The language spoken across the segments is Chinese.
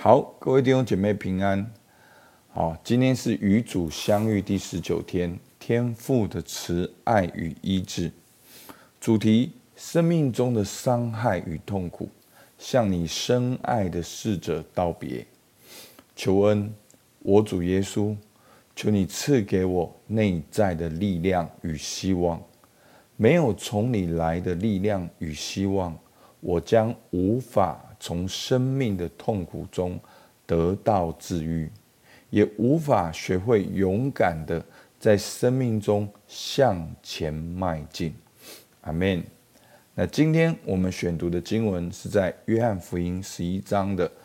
好，各位弟兄姐妹平安。好，今天是与主相遇第19天，天父的慈爱与医治。主题：生命中的伤害与痛苦，向你深爱的逝者道别。求恩，我主耶稣，求你赐给我内在的力量与希望。没有从你来的力量与希望，我将无法从生命的痛苦中得到治愈，也无法学会勇敢的在生命中向前迈进。阿们。那今天我们选读的经文是在约翰福音11章的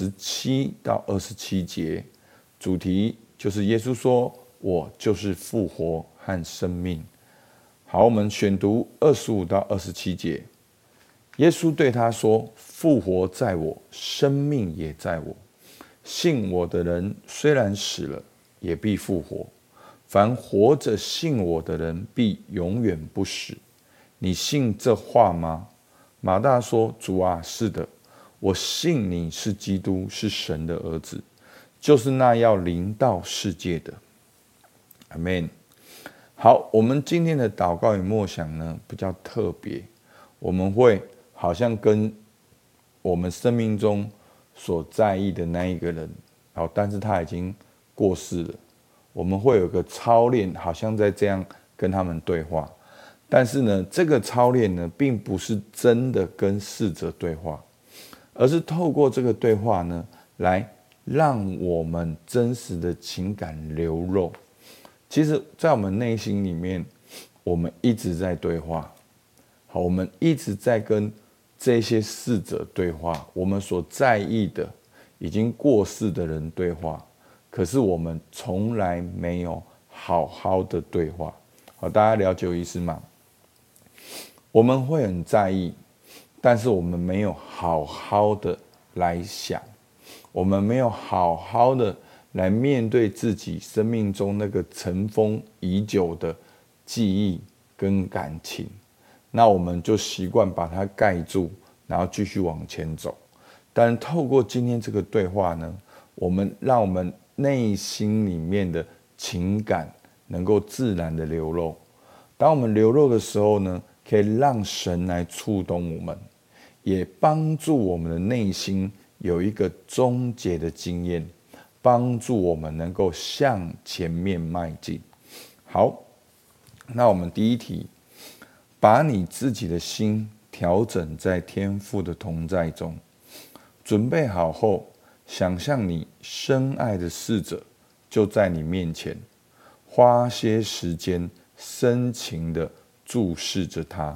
17到27节，主题就是耶稣说：“我就是复活和生命。”好，我们选读25到27节。耶稣对他说：“复活在我，生命也在我。信我的人虽然死了，也必复活。凡活着信我的人，必永远不死。你信这话吗？”马大说：“主啊，是的，我信你是基督，是神的儿子，就是那要临到世界的。”阿们。好，我们今天的祷告与默想呢，比较特别，我们会好像跟我们生命中所在意的那一个人，但是他已经过世了，我们会有个操练，好像在这样跟他们对话。但是呢，这个操练呢，并不是真的跟逝者对话，而是透过这个对话呢，来让我们真实的情感流露。其实在我们内心里面，我们一直在对话。好，我们一直在跟这些逝者对话，我们所在意的已经过世的人对话，可是我们从来没有好好的对话。好，大家了解我意思吗？我们会很在意，但是我们没有好好的来想，我们没有好好的来面对自己生命中那个尘封已久的记忆跟感情，那我们就习惯把它盖住，然后继续往前走。但透过今天这个对话呢，让我们内心里面的情感能够自然的流露。当我们流露的时候呢，可以让神来触动我们，也帮助我们的内心有一个终结的经验，帮助我们能够向前面迈进。好，那我们第一题，把你自己的心调整在天父的同在中。准备好后，想象你深爱的逝者就在你面前，花些时间深情的注视着他。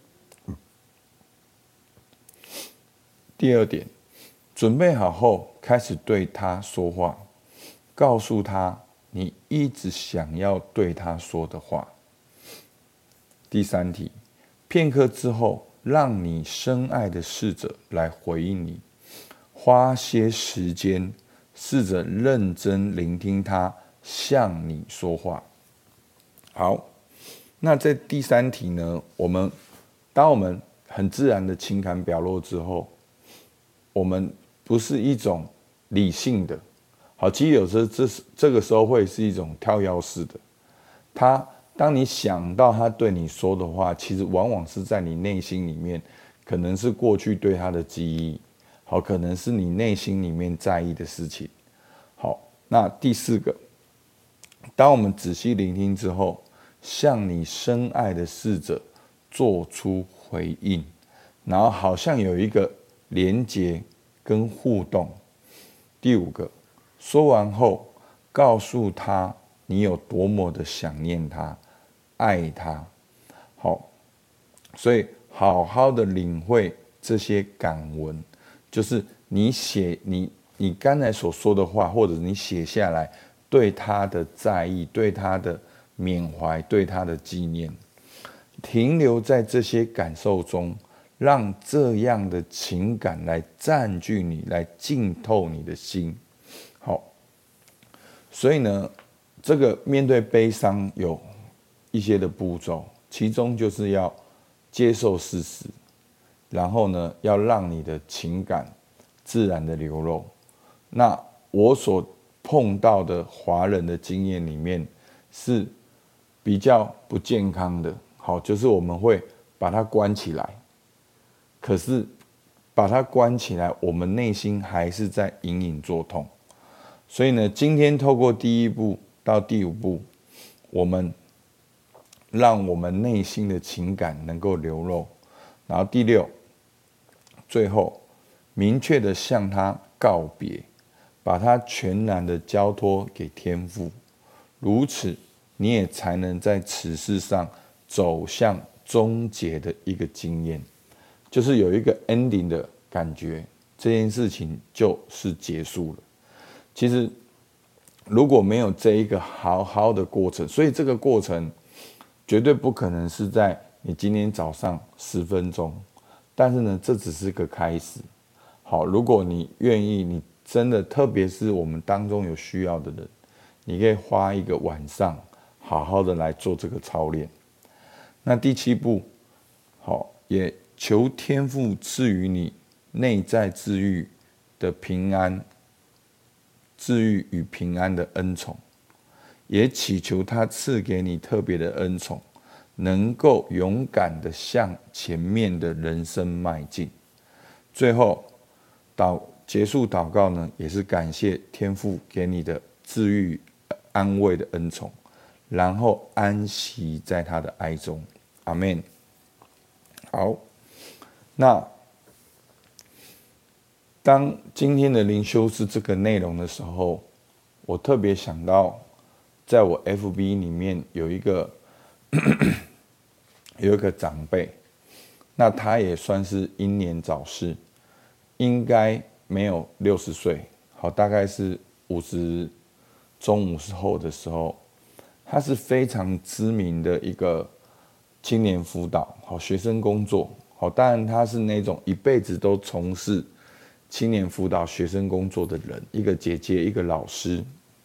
第二点，准备好后，开始对他说话，告诉他你一直想要对他说的话。第三题，片刻之后，让你深爱的逝者来回应你，花些时间，试着认真聆听他向你说话。好，那在第三题呢，当我们很自然的情感表露之后，我们不是一种理性的，好，其实有时候这个时候会是一种跳跃式的。当你想到他对你说的话，其实往往是在你内心里面，可能是过去对他的记忆，好，可能是你内心里面在意的事情。好，那第四个，当我们仔细聆听之后，向你深爱的逝者做出回应，然后好像有一个连结跟互动。第五个，说完后告诉他你有多么的想念他，爱他。好，所以好好的领会这些感文，就是你刚才所说的话，或者你写下来对他的在意，对他的缅怀，对他的纪念，停留在这些感受中，让这样的情感来占据你，来浸透你的心。好，所以呢，这个面对悲伤有一些的步骤，其中就是要接受事实，然后呢，要让你的情感自然的流露。 那我所碰到的华人的经验里面是比较不健康的。好，就是我们会把它关起来，可是把它关起来，我们内心还是在隐隐作痛。所以呢，今天透过第一步到第五步，我们让我们内心的情感能够流露。然后第六，最后明确的向他告别，把他全然的交托给天父，如此你也才能在此世上走向终结的一个经验，就是有一个 ending 的感觉，这件事情就是结束了。其实如果没有这一个好好的过程，所以这个过程绝对不可能是在你今天早上10分钟，但是呢，这只是个开始。好，如果你愿意，你真的，特别是我们当中有需要的人，你可以花一个晚上，好好的来做这个操练。那第7步，好，也求天父赐予你内在治愈的平安。治愈与平安的恩宠，也祈求他赐给你特别的恩宠，能够勇敢的向前面的人生迈进。最后结束祷告呢，也是感谢天父给你的治愈安慰的恩宠，然后安息在他的爱中。阿们。好，那当今天的灵修是这个内容的时候，我特别想到，在我 FB 里面有一个长辈，那他也算是英年早逝，应该没有60岁，好，大概是中50后的时候，他是非常知名的一个青年辅导，好，学生工作，好，当然他是那种一辈子都从事青年辅导学生工作的人，一个姐姐，一个老师。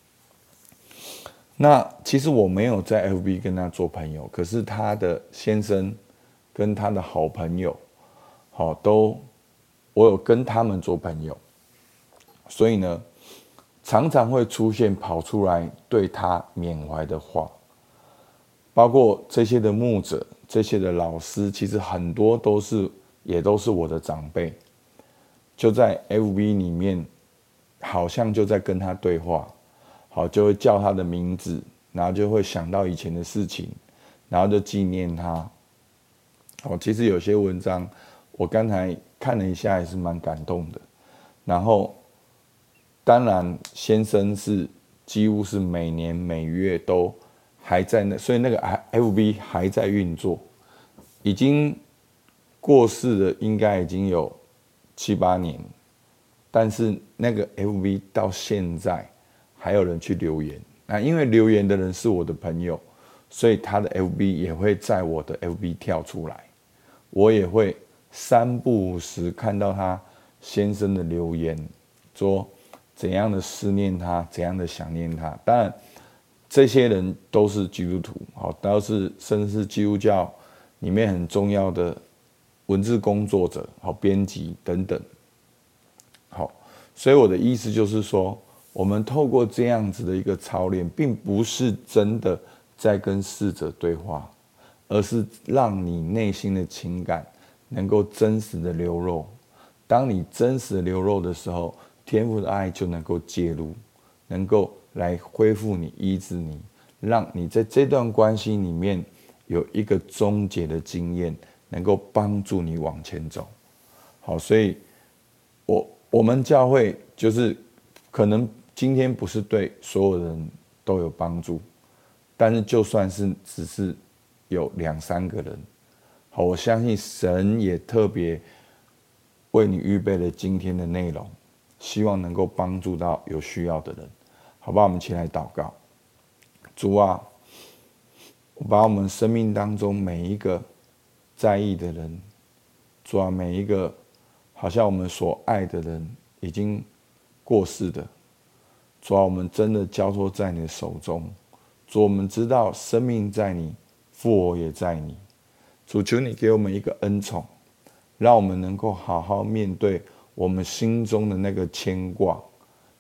那其实我没有在 FB 跟他做朋友，可是他的先生跟他的好朋友，好，我有跟他们做朋友，所以呢，常常会出现跑出来对他缅怀的话，包括这些的牧者，这些的老师，其实很多也都是我的长辈。就在 FB 里面，好像就在跟他对话，好，就会叫他的名字，然后就会想到以前的事情，然后就纪念他。好，其实有些文章我刚才看了一下，也是蛮感动的。然后，当然先生是几乎是每年每月都还在所以那个 FB 还在运作，已经过世的应该已经有7、8年，但是那个 FB 到现在还有人去留言。那因为留言的人是我的朋友，所以他的 FB 也会在我的 FB 跳出来，我也会3不5时看到他先生的留言，说怎样的思念他，怎样的想念他。当然，这些人都是基督徒，好，都是甚至是基督教里面很重要的文字工作者，好，编辑等等。好，所以我的意思就是说，我们透过这样子的一个操练，并不是真的在跟逝者对话，而是让你内心的情感能够真实的流露。当你真实的流露的时候，天父的爱就能够介入，能够来恢复你、医治你，让你在这段关系里面有一个终结的经验，能够帮助你往前走。好，所以我们教会就是可能今天不是对所有人都有帮助，但是就算是只是有2、3个人，好，我相信神也特别为你预备了今天的内容，希望能够帮助到有需要的人，好吧？我们一起来祷告。主啊，我把我们生命当中每一个在意的人，主啊，每一个好像我们所爱的人已经过世的，主啊，我们真的交托在你的手中。主，我们知道生命在你，复活也在你。主，求你给我们一个恩宠，让我们能够好好面对我们心中的那个牵挂，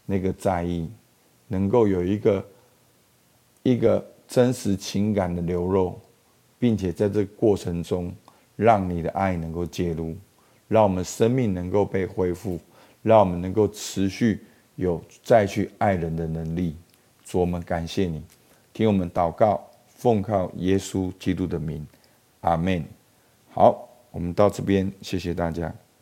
那个在意，能够有一个真实情感的流露，并且在这个过程中，让你的爱能够介入，让我们生命能够被恢复，让我们能够持续有再去爱人的能力。主，我们感谢你，听我们祷告，奉靠耶稣基督的名，阿们。好，我们到这边，谢谢大家。